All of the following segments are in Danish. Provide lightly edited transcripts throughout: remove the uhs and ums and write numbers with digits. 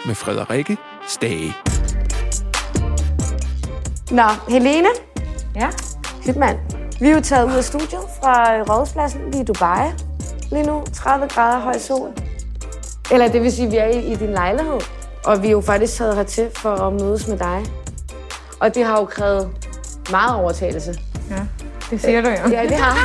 med Frederikke Stage. Nå, Helene. Ja? Hytmand. Vi er jo taget ud af studiet fra Rådhuspladsen i Dubai. Lige nu 30 grader høj sol. Eller det vil sige, at vi er i din lejlighed. Og vi er jo faktisk taget hertil for at mødes med dig. Og det har jo krævet meget overtagelse. Ja, det siger du jo. Ja, det har.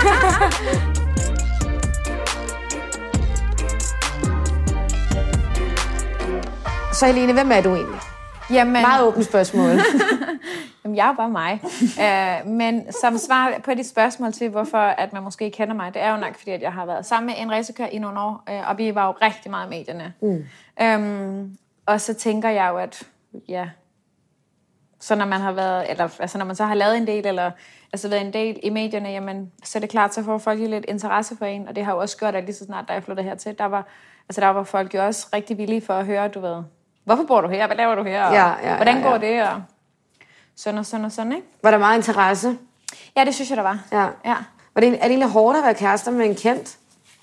Så Helene, hvem er du egentlig? Jamen, meget åbent spørgsmål. Jamen, jeg er bare mig. Men som svar på dit spørgsmål til, hvorfor at man måske kender mig, det er jo nok, fordi at jeg har været sammen med en racerkører i nogle år, og vi var jo rigtig meget i medierne. Og så tænker jeg jo, at ja, så når man har været, eller altså når man så har lavet en del, eller altså været en del i medierne, jamen, så er det klart, så får folk lidt interesse for en, og det har jo også gjort, at lige så snart, da jeg flyttede hertil, der var folk jo også rigtig villige for at høre, du ved, hvorfor bor du her, hvad laver du her, og hvordan går det, og sådan, ikke? Var der meget interesse? Ja, det synes jeg, der var. Ja. Er det egentlig hårdt at være kærester med en kendt?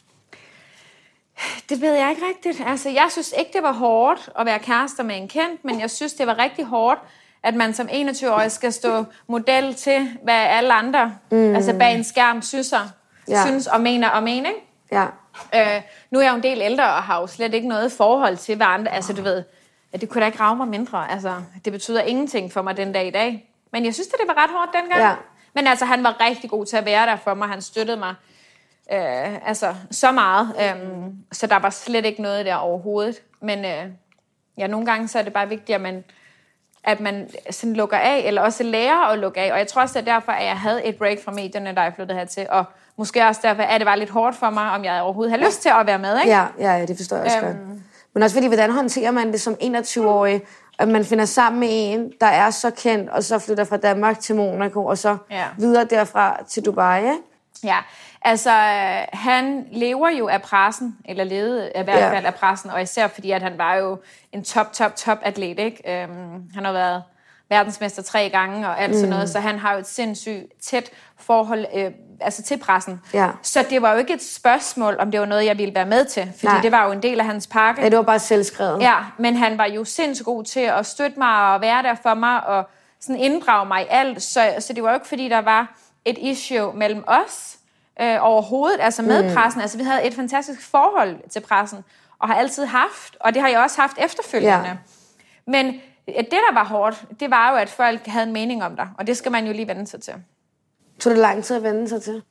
Det ved jeg ikke rigtigt. Altså, jeg synes ikke, det var hårdt at være kærester med en kendt, men jeg synes, det var rigtig hårdt, at man som 21-årig skal stå model til, hvad alle andre, altså bag en skærm, synes og mener om en, ikke? Ja. Nu er jeg jo en del ældre og har jo slet ikke noget forhold til, hvad andre, altså du ved, at det kunne da ikke rage mig mindre. Altså, det betyder ingenting for mig den dag i dag. Men jeg synes, det var ret hårdt dengang. Ja. Men altså, han var rigtig god til at være der for mig. Han støttede mig så meget. Så der var slet ikke noget der overhovedet. Men nogle gange så er det bare vigtigt, at man sådan lukker af, eller også lærer at lukke af. Og jeg tror også, det er derfor, at jeg havde et break fra medierne, da jeg flyttede hertil. Og måske også derfor, at det var lidt hårdt for mig, om jeg overhovedet havde lyst til at være med, ikke? Ja, det forstår jeg også godt. Men også fordi, hvordan håndterer man det som 21-årig, at man finder sammen med en, der er så kendt, og så flytter fra Danmark til Monaco, og så videre derfra til Dubai, ikke? Ja, altså han lever jo af pressen, eller levede i hvert fald af pressen, og især fordi, at han var jo en top atlet, ikke? Han har været verdensmester 3 gange og alt sådan noget, så han har jo et sindssygt tæt forhold til pressen. Ja. Så det var jo ikke et spørgsmål, om det var noget, jeg ville være med til, fordi det var jo en del af hans pakke. Ja, det var bare selvskrevet. Ja, men han var jo sindssygt god til at støtte mig og være der for mig og sådan inddrage mig i alt, så det var jo ikke, fordi der var et issue mellem os overhovedet, altså med pressen. Altså vi havde et fantastisk forhold til pressen, og har altid haft, og det har jeg også haft efterfølgende. Ja. Men det, der var hårdt, det var jo, at folk havde en mening om dig, og det skal man jo lige vende sig til. Tog det lang tid at vende sig til?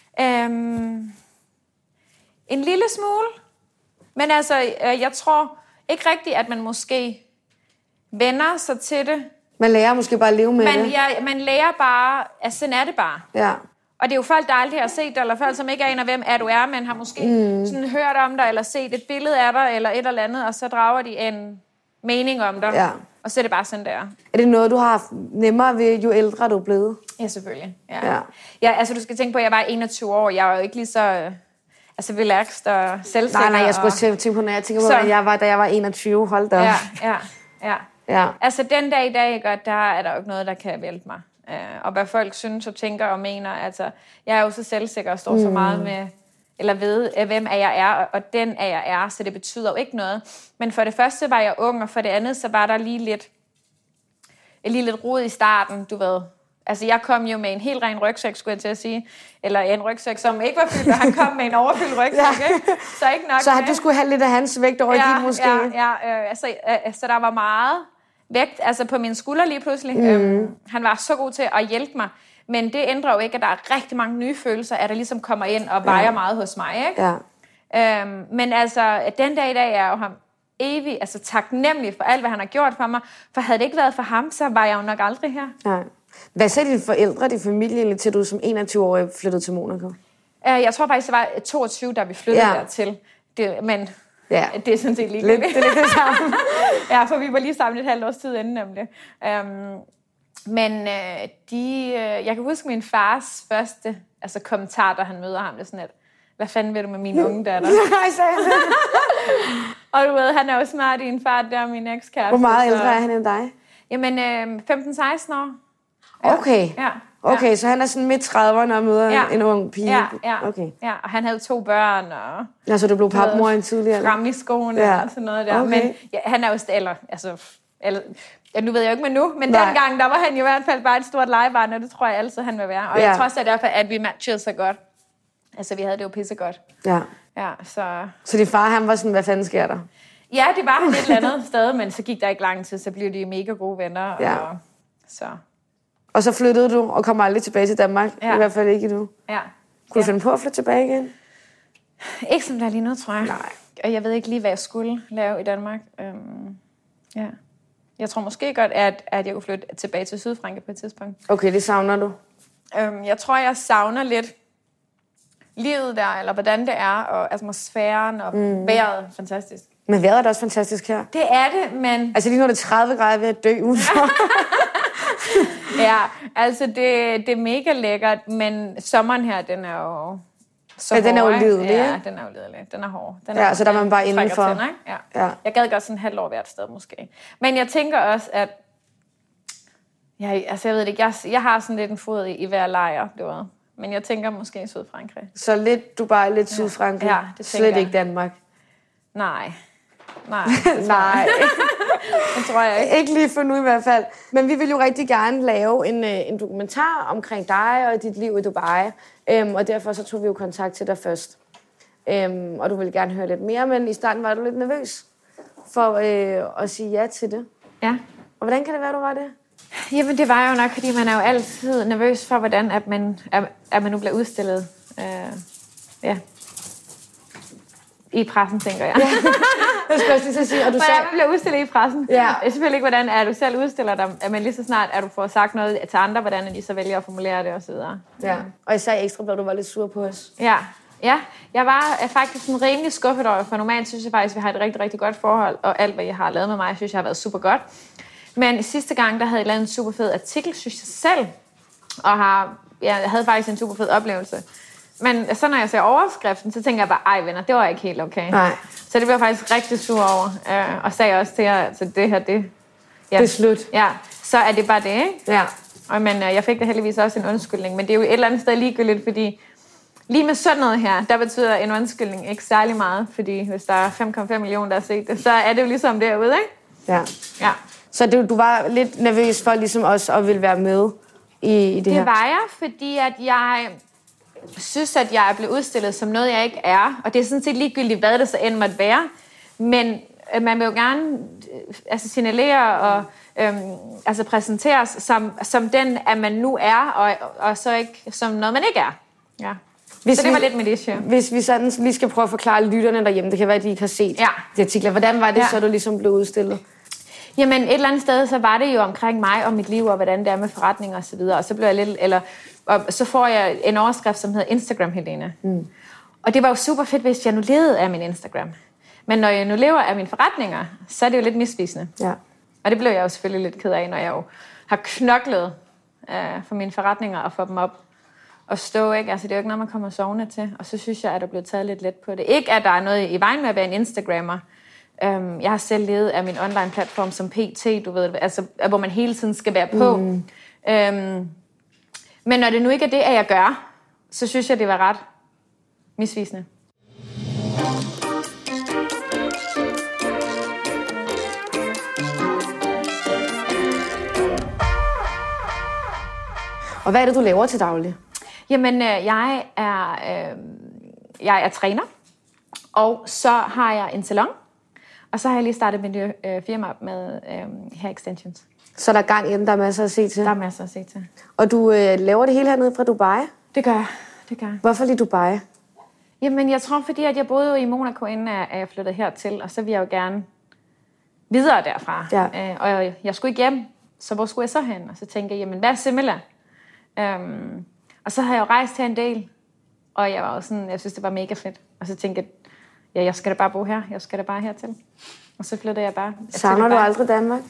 En lille smule. Men altså, jeg tror ikke rigtigt, at man måske vender sig til det. Man lærer måske bare at leve med det. Man lærer bare, at sådan er det bare. Ja. Og det er jo folk, der aldrig har set dig, eller folk, som ikke aner, hvem er du er, men har måske sådan hørt om dig, eller set et billede af dig, eller et eller andet, og så drager de en mening om dig. Ja. Og så er det bare sådan, der. Er det noget, du har haft nemmere ved, jo ældre du er blevet? Ja, selvfølgelig. Ja, altså du skal tænke på, at jeg var 21 år. Jeg var jo ikke lige så relaxed og selvsikker. Nej, jeg skulle tænke på, når jeg tænker på, at jeg var, da jeg var 21. Hold da. Ja. Altså den dag i dag, der er der jo ikke noget, der kan vælte mig. Og hvad folk synes og tænker og mener. Altså, jeg er jo så selvsikker og står så meget med, eller ved, hvem er jeg er, og den er jeg er, så det betyder jo ikke noget. Men for det første var jeg ung, og for det andet, så var der lige lidt rod i starten, du ved. Altså, jeg kom jo med en helt ren rygsæk, skulle jeg til at sige. Eller en rygsæk, som ikke var fyldt, og han kom med en overfyldt rygsæk, ikke? Så ikke nok. Så du skulle have lidt af hans vægt over i din måske? Så der var meget vægt, altså på mine skuldre lige pludselig. Han var så god til at hjælpe mig. Men det ændrer jo ikke, at der er rigtig mange nye følelser, at der ligesom kommer ind og vejer meget hos mig, ikke? Ja. Men altså, den dag i dag er jo ham evig, altså taknemmelig for alt, hvad han har gjort for mig. For havde det ikke været for ham, så var jeg jo nok aldrig her. Nej. Hvad sagde dine forældre, din familie, til du som 21-årig flyttede til Monaco? Jeg tror faktisk, jeg var 22, da vi flyttede dertil. Men det er sådan set ligegyldigt. Det er lidt det samme. Ja, for vi var lige sammen et halvt års tid inden nemlig. Men jeg kan huske min fars første kommentar, da han møder ham, det er sådan, at hvad fanden vil du med min unge datter? Nej, sagde han. Og du ved, han er jo smart i en fart, der min ekskæreste. Hvor meget ældre er han end dig? Jamen, 15-16 år. Okay. Ja. Okay, så han er sådan midt 30'erne og møder en ung pige. Okay. Ja, og han havde 2 børn. Og ja, så du blev papmor en tidligere? Frem i skoene og sådan noget der. Okay. Men han er jo nu ved jeg jo ikke med nu, men dengang, der var han i hvert fald bare et stort legebarn, og det tror jeg altid, han vil være. Og jeg tror også, at derfor, at vi matchede så godt. Altså, vi havde det jo pissegodt. Ja. Ja, så din far, han var sådan, hvad fanden sker der? Ja, det var han et eller andet sted, men så gik der ikke lang tid, så blev de mega gode venner. Ja. Og så flyttede du, og kom aldrig tilbage til Danmark. I hvert fald ikke nu. Ja. Kunne du finde på at flytte tilbage igen? Ikke som der lige nu, tror jeg. Nej. Og jeg ved ikke lige, hvad jeg skulle lave i Danmark. Ja. Jeg tror måske godt, at jeg kunne flytte tilbage til Sydfrankrig på et tidspunkt. Okay, det savner du? Jeg tror, jeg savner lidt livet der, eller hvordan det er, og atmosfæren, og vejret. Fantastisk. Men vejret er da også fantastisk her. Det er det, men... Altså lige nu er det 30 grader ved at dø udenfor. Ja, altså det er mega lækkert, men sommeren her, den er jo... den er jo lidelig, ikke? Ja, den er jo lidelig. Den er hård. Så der er man bare indenfor. Ja. Jeg gad godt sådan et halvt år hvert sted, måske. Men jeg tænker også, at... jeg ved det ikke. Jeg har sådan lidt en fod i hver lejr, det var. Men jeg tænker måske Sydfrankrig. Så lidt Dubai, lidt Sydfrankrig? Ja, det slet ikke Danmark? Nej. Nej. Det tror jeg ikke. Ikke lige for nu i hvert fald. Men vi vil jo rigtig gerne lave en dokumentar omkring dig og dit liv i Dubai. Og derfor så tog vi jo kontakt til dig først. Og du ville gerne høre lidt mere, men i starten var du lidt nervøs for at sige ja til det. Ja. Og hvordan kan det være, du var det? Jamen, det var jo nok, fordi man er jo altid nervøs for, hvordan at man nu bliver udstillet. I pressen, tænker jeg. Det skal også lige sige. Og du hvordan man bliver udstillet i pressen. Ja. Jeg ved selvfølgelig ikke, hvordan er du selv udstiller dig, men lige så snart er du får sagt noget til andre, hvordan de så vælger at formulere det osv. Ja, og især i Ekstra Bladet, du var lidt sur på os. Ja, jeg var faktisk sådan rimelig skuffet over, for normalt synes jeg faktisk, at vi har et rigtig, rigtig godt forhold, og alt, hvad jeg har lavet med mig, synes jeg har været super godt. Men sidste gang, der havde jeg lavet en super fed artikel, synes jeg selv, og jeg havde faktisk en super fed oplevelse. Men så når jeg ser overskriften, så tænker jeg bare, ej venner, det var ikke helt okay. Nej. Så det blev jeg faktisk rigtig sur over, og sagde også til jer, altså det her, det er slut. Ja, så er det bare det, ikke? Ja. Men jeg fik da heldigvis også en undskyldning, men det er jo et eller andet sted ligegyldigt, fordi lige med sådan noget her, der betyder en undskyldning ikke særlig meget, fordi hvis der er 5,5 millioner, der har set det, så er det jo ligesom derude, ikke? Ja. Så du var lidt nervøs for ligesom også at ville være med i det her? Det var jeg, fordi at jeg synes, at jeg er blevet udstillet som noget, jeg ikke er. Og det er sådan set ligegyldigt, hvad det så end måtte være. Men man vil jo gerne signalere og præsenteres som den, at man nu er, og så ikke som noget, man ikke er. Ja. Så det var lidt med det, ja. Hvis vi sådan lige skal prøve at forklare lytterne derhjemme, det kan være, at de ikke har set de artikler. Hvordan var det, så du ligesom blev udstillet? Jamen, et eller andet sted, så var det jo omkring mig og mit liv, og hvordan det er med forretninger og så videre. Og så blev jeg og så får jeg en overskrift, som hedder Instagram Helene. Og det var jo super fedt, hvis jeg nu levede af min Instagram. Men når jeg nu lever af mine forretninger, så er det jo lidt misvisende. Ja. Og det blev jeg jo selvfølgelig lidt ked af, når jeg jo har knoklet for mine forretninger og få dem op og stå, ikke? Altså, det er jo ikke noget, man kommer sovende til. Og så synes jeg, at der blev taget lidt let på det. Ikke, at der er noget i vejen med at være en Instagrammer. Jeg har selv levet af min online-platform som PT, du ved, altså, hvor man hele tiden skal være på. Men når det nu ikke er det, at jeg gør, så synes jeg, det var ret misvisende. Og hvad er det, du laver til daglig? Jamen, jeg er træner, og så har jeg en salon, og så har jeg lige startet mit firma op med Hair Extensions. Så der er gang i den, der er masser at se til? Der er masser at se til. Og du laver det hele hernede fra Dubai? Det gør jeg. Hvorfor lige Dubai? Jamen, jeg tror, fordi at jeg boede jo i Monaco, inden jeg flyttede hertil, og så vil jeg jo gerne videre derfra. Ja. Og jeg skulle ikke hjem, så hvor skulle jeg så hen? Og så tænkte jeg, jamen, hvad er Simela? Og så har jeg jo rejst her en del, og jeg var jo sådan, jeg synes, det var mega fedt. Og så tænkte jeg, jeg skal da bare bo her, jeg skal da bare hertil. Og så flyttede jeg bare. Savner du aldrig Danmark?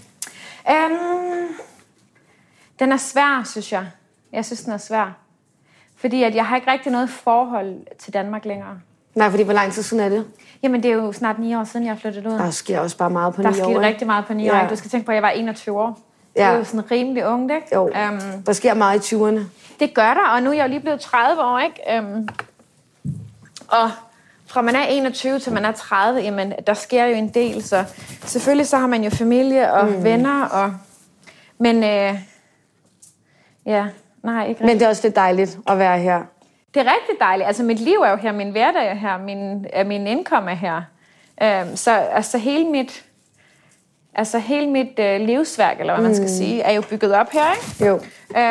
Den er svær, synes jeg. Jeg synes, den er svær. Fordi at jeg har ikke rigtig noget forhold til Danmark længere. Nej, fordi hvor lang tid siden er det? Jamen, det er jo snart 9 år siden, jeg flyttede ud. Der sker også bare meget på 9 år. Der skete rigtig meget på 9 år. Du skal tænke på, at jeg var 21 år. Det er jo sådan rimelig ungt, ikke? Jo, der sker meget i 20'erne. Det gør der, og nu er jeg jo lige blevet 30 år, ikke? Og fra man er 21 til man er 30, jamen, der sker jo en del, så selvfølgelig så har man jo familie og venner, og... Men ja, nej, ikke rigtig. Men det er også lidt dejligt at være her. Det er rigtig dejligt. Altså, mit liv er jo her, min hverdag er her, min indkomst er her. Så altså, hele mit livsværk, eller hvad man skal sige, er jo bygget op her, ikke? Jo.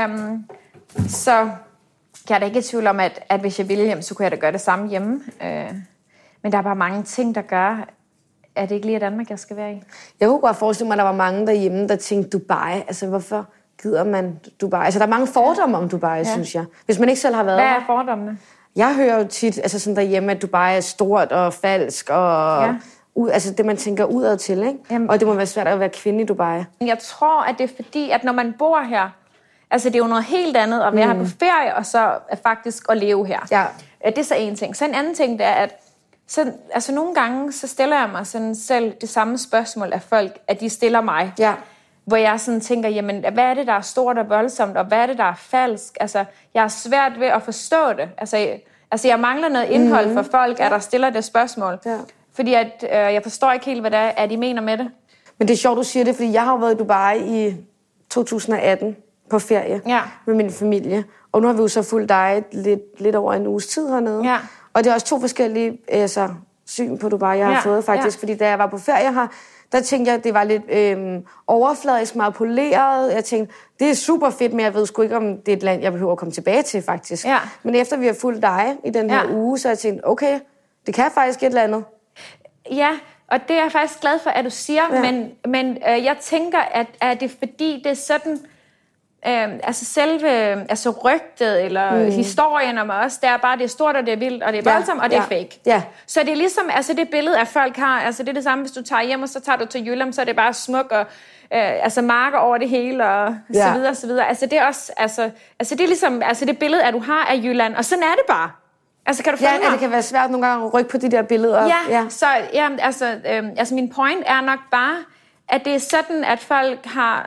Så jeg er da ikke i tvivl om, at hvis jeg ville hjem, så kunne jeg da gøre det samme hjemme. Men der er bare mange ting, der gør, at det ikke lige er Danmark, jeg skal være i. Jeg kunne godt forestille mig, at der var mange derhjemme, der tænkte Dubai. Altså, hvorfor gider man Dubai? Altså, der er mange fordomme om Dubai, synes jeg. Hvis man ikke selv har været der. Hvad er fordommene? Jeg hører jo tit altså sådan derhjemme, at Dubai er stort og falsk, og altså det, man tænker udad til, ikke? Jamen. Og det må være svært at være kvinde i Dubai. Jeg tror, at det er fordi, at når man bor her, altså det er jo noget helt andet at være her på ferie, og så faktisk at leve her. Ja. Det er så en ting. Så en anden ting, det er, at altså nogle gange, så stiller jeg mig sådan selv det samme spørgsmål af folk, at de stiller mig. Ja. Hvor jeg sådan tænker, jamen, hvad er det, der er stort og voldsomt, og hvad er det, der er falsk? Altså, jeg har svært ved at forstå det. Altså jeg mangler noget indhold for folk, at der stiller det spørgsmål. Ja. Fordi at, jeg forstår ikke helt, hvad det er, de mener med det. Men det er sjovt, du siger det, fordi jeg har jo været i Dubai i 2018 på ferie med min familie. Og nu har vi jo så fulgt dig lidt over en uges tid hernede. Ja. Og det er også 2 forskellige syn på Dubai, jeg har fået faktisk. Fordi da jeg var på ferie her, der tænkte jeg, at det var lidt overfladisk, meget poleret. Jeg tænkte, det er super fedt, men jeg ved sgu ikke, om det er et land, jeg behøver at komme tilbage til, faktisk. Ja. Men efter vi har fulgt dig i den her uge, så har jeg tænkt, okay, det kan faktisk et eller andet. Ja, og det er jeg faktisk glad for, at du siger, men jeg tænker, at det er fordi, det er sådan... altså selve rygtet eller historien om os, det er bare, det er stort, og det er vildt, og det er voldsomt, og det er fake. Ja. Så det er ligesom, altså det billede, af folk har, altså det er det samme, hvis du tager hjem, og så tager du til Jylland, så er det bare smuk, og altså marker over det hele, og så videre, så videre. Altså det er også, altså det er ligesom, altså det billede, at du har af Jylland, og sådan er det bare. Altså kan du følge mig? Ja, det kan være svært nogle gange at rykke på de der billeder. Ja. Så altså min point er nok bare, at det er sådan, at folk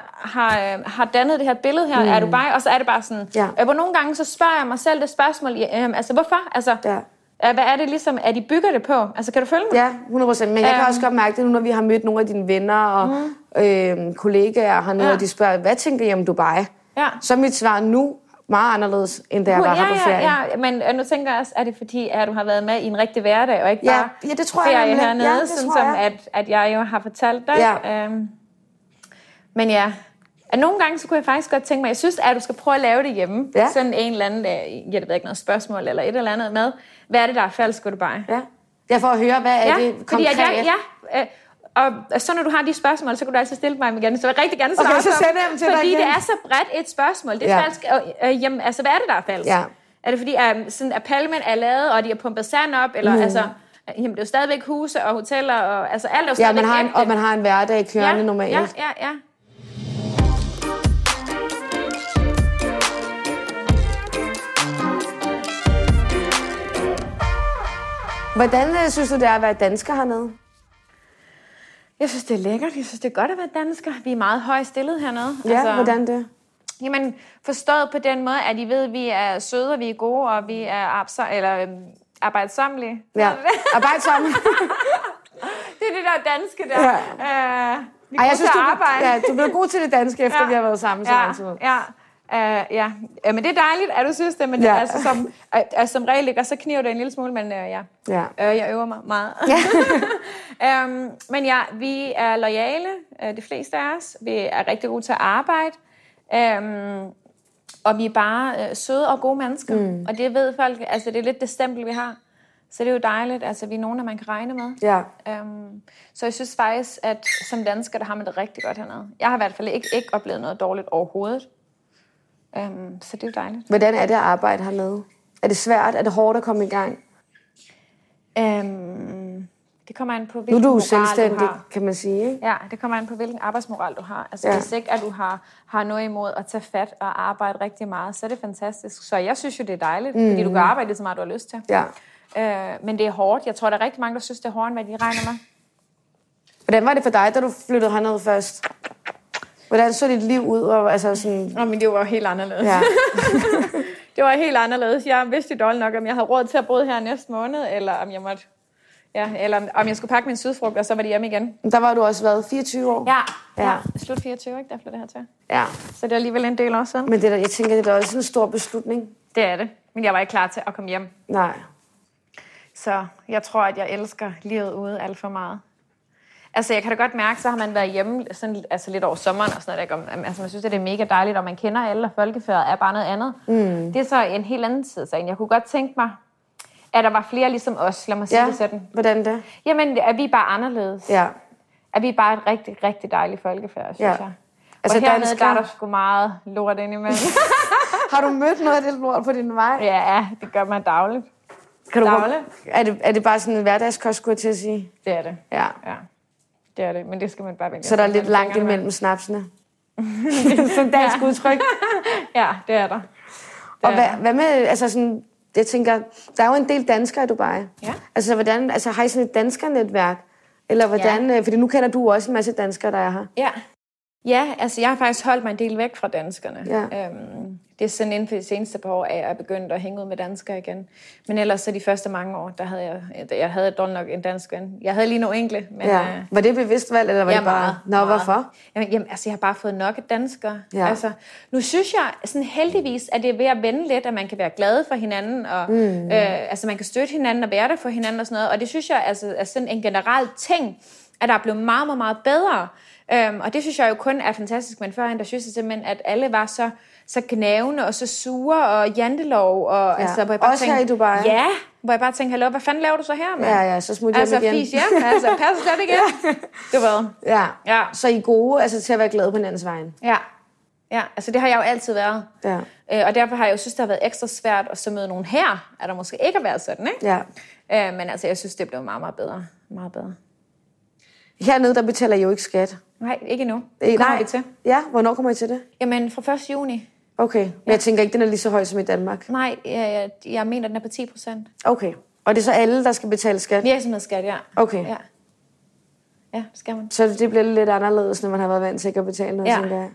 har dannet det her billede her af Dubai, og så er det bare sådan, hvor nogle gange så spørger jeg mig selv det spørgsmål, altså hvorfor? Altså, hvad er det ligesom, at de bygger det på? Altså, kan du følge mig? Ja, 100%. Men jeg kan også godt mærke det nu, når vi har mødt nogle af dine venner og kollegaer hernede, og de spørger, hvad tænker I om Dubai? Ja. Så er mit svar nu meget anderledes, end da jeg var her på ferie. Ja, men nu tænker jeg også, er det fordi, at du har været med i en rigtig hverdag, og ikke bare det tror ferie jeg hernede, sådan som at jeg jo har fortalt dig. Ja. Men ja, at nogle gange så kunne jeg faktisk godt tænke mig, jeg synes, at du skal prøve at lave det hjemme. Ja. Sådan en eller anden, jeg ved ikke, noget spørgsmål eller et eller andet med. Hvad er det, der er falsk, Dubai? Ja. Jeg får at høre, hvad er det konkret? Og så når du har de spørgsmål, så kan du altid stille mig igen. Så jeg vil rigtig gerne svare på, fordi det er så bredt et spørgsmål. Det er falsk. Jamen, altså, hvad er det, der er falsk? Ja. Er det fordi, at Palmen er lavet, og de har pumpet sand op? Eller altså, jamen, det er jo stadigvæk huse og hoteller, og altså alt er jo stadigvæk ægte. Og man har en hverdag kørende normalt. Ja. Hvordan synes du, det er at være dansker hernede? Jeg synes, det er lækkert. Jeg synes, det er godt at være dansker. Vi er meget højt stillet hernede. Ja, altså, hvordan det? Jamen, forstået på den måde, at I ved, at vi er søde, og vi er gode, og vi er arbejdsomlige. Ja, arbejdsomlige. Det er det der danske der. Ja. Vi er gode til at arbejde. Du bliver god til det danske, efter vi har været sammen så lang tid. Ja, men det er dejligt, at du synes det, men det er altså, som regel ikke, så kniver det en lille smule, men jeg øver mig meget. Men ja, vi er loyale, de fleste af os. Vi er rigtig gode til at arbejde, og vi er bare søde og gode mennesker, og det ved folk, altså det er lidt det stempel, vi har. Så det er jo dejligt, altså vi er nogen, man kan regne med. Ja. Så jeg synes faktisk, at som dansker, der har man det rigtig godt hernede. Jeg har i hvert fald ikke oplevet noget dårligt overhovedet. Så det er jo dejligt. Hvordan er det at arbejde hernede? Er det svært? Er det hårdt at komme i gang? Det kommer an på, hvilken moral du har. Nu er du selvstændig, kan man sige, ikke? Ja, det kommer an på, hvilken arbejdsmoral du har. Altså hvis ikke, at du har noget imod at tage fat og arbejde rigtig meget, så er det fantastisk. Så jeg synes jo, det er dejligt, fordi du kan arbejde lige så meget, du har lyst til. Ja. Men det er hårdt. Jeg tror, der er rigtig mange, der synes, det er hårdt, hvad de regner med. Hvordan var det for dig, da du flyttede hernede først? Hvordan så dit liv ud? Og, altså sådan... Mit liv var helt anderledes. Ja. Det var helt anderledes. Jeg vidste dårligt nok, om jeg havde råd til at bo her næste måned, eller om jeg måtte... Ja, eller om jeg skulle pakke min sydfrugt, og så var det hjemme igen. Der var du også været 24 år? Ja. Slut 24, ikke? Der flyttede her til. Ja. Så det er alligevel en del år siden. Men det der, jeg tænker, det er også en stor beslutning. Det er det. Men jeg var ikke klar til at komme hjem. Nej. Så jeg tror, at jeg elsker livet ude alt for meget. Altså, jeg kan da godt mærke, så har man været hjemme sådan, altså lidt over sommeren og sådan noget. Altså, man synes, det er mega dejligt, og man kender alle, og folkefærd er bare noget andet. Det er så en helt anden side. Jeg kunne godt tænke mig, at der var flere ligesom os. Lad mig sige det sådan. Hvordan det? Jamen, at vi er bare anderledes. Ja. At vi er bare et rigtig, rigtig dejligt folkefærd, synes jeg. Altså, og hernede, der er der sgu meget lort indimellem. Har du mødt noget af det lort på din vej? Ja, det gør man dagligt. Er det bare sådan en hverdagskost, skulle jeg til at sige? Det er det. Ja. Det er det, men det skal man bare vælge. Så der er lidt langt imellem snapsene? Det er sådan et dansk udtryk. Ja, det er der. Og hvad med, altså sådan, jeg tænker, der er jo en del danskere i Dubai. Ja. Altså, hvordan, har I sådan et danskernetværk? Eller hvordan, fordi nu kender du også en masse danskere, der er her. Ja, altså jeg har faktisk holdt mig en del væk fra danskerne. Ja. Det er sådan inden for de seneste par år, at jeg er begyndt at hænge ud med danskere igen. Men ellers så de første mange år, der havde jeg havde dog nok en dansk ven. Jeg havde lige nogle enkle. Men, var det bevidst valg, eller var det bare... Meget. Hvorfor? Jamen, altså jeg har bare fået nok af danskere. Ja. Altså, nu synes jeg sådan heldigvis, at det er ved at vende lidt, at man kan være glad for hinanden, og altså man kan støtte hinanden og være der for hinanden og sådan noget. Og det synes jeg altså, er sådan en generel ting, at der er blevet meget, meget, meget bedre. Og det synes jeg jo kun er fantastisk, men førhen, der synes jeg simpelthen, at alle var så gnavende og så sure og jantelov. Og, altså, hvor jeg bare også tænkte, her i Dubai? Ja, hvor jeg bare tænkte, hallo, hvad fanden laver du så her, mand? Ja, så smut hjem igen. Altså, fis hjem, altså, pas slet igen. Du ved. Ja, så I er gode til at være glade på hinandens vejen? Ja, altså det har jeg jo altid været. Ja. Og derfor har jeg jo synes, det har været ekstra svært at så møde nogen her, at der måske ikke har været sådan, ikke? Ja. Men altså, jeg synes, det er blevet meget, meget bedre. Meget bedre. Hernede, der betaler I jo ikke skat. Nej, ikke endnu. Det kommer vi til. Ja, hvornår kommer I til det? Jamen, fra 1. juni. Okay, men jeg tænker ikke, den er lige så høj som i Danmark. Nej, jeg mener, den er på 10%. Okay, og det er så alle, der skal betale skat? Virksomhedsskat, ja. Okay. Ja, skal man. Så det bliver lidt anderledes, når man har været vant til ikke at betale noget, tænker jeg.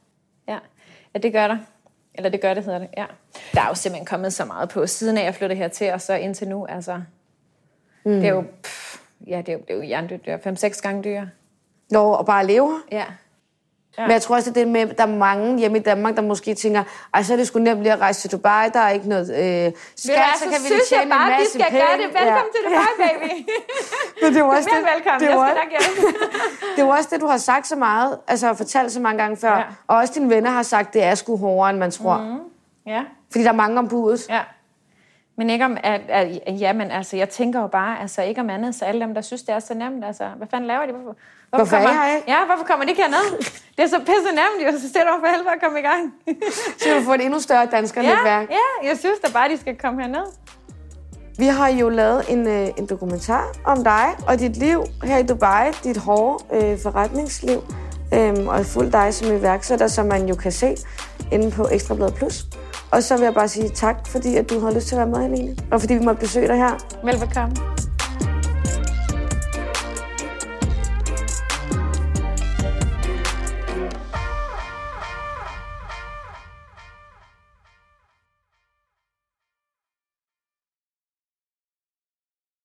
Ja, det gør der. Eller det gør det, hedder det, ja. Der er jo simpelthen kommet så meget på, siden af jeg flyttede hertil, og så indtil nu, altså. Det er jo... det er jo hjernedødt dyr. 5-6 gange dyr. Nå, og bare leve? Ja. Men jeg tror også, at det med, der er mange hjemme i Danmark, der måske tænker, så er det sgu nemt lige at rejse til Dubai, der er ikke noget skat, så kan vi tjene en masse penge. De skal gøre det. Velkommen til Dubai, baby. Men det er også det. Velkommen, jeg skal nok hjælpe. Det er også det, du har sagt så meget, altså fortalt så mange gange før. Ja. Og også dine venner har sagt, det er sgu hårdere, end man tror. Ja. Fordi der er mange om budet. Ja. Men ikke om, men altså, jeg tænker jo bare, altså ikke om andet, så alle dem, der synes, det er så nemt, altså, hvad fanden laver de? Hvorfor er jeg ikke? Ja, hvorfor kommer de ikke herned? Det er så pisse nemt, jo, så stiller du for helvede at komme i gang. Så du får et endnu større danskernetværk. Ja, jeg synes da bare, de skal komme herned. Vi har jo lavet en dokumentar om dig og dit liv her i Dubai, dit hårde forretningsliv, og fuldt dig som iværksætter, som man jo kan se inde på Ekstra Bladet Plus. Og så vil jeg bare sige tak, fordi at du har lyst til at være med, Helene. Og fordi vi måtte besøge dig her. Velbekomme.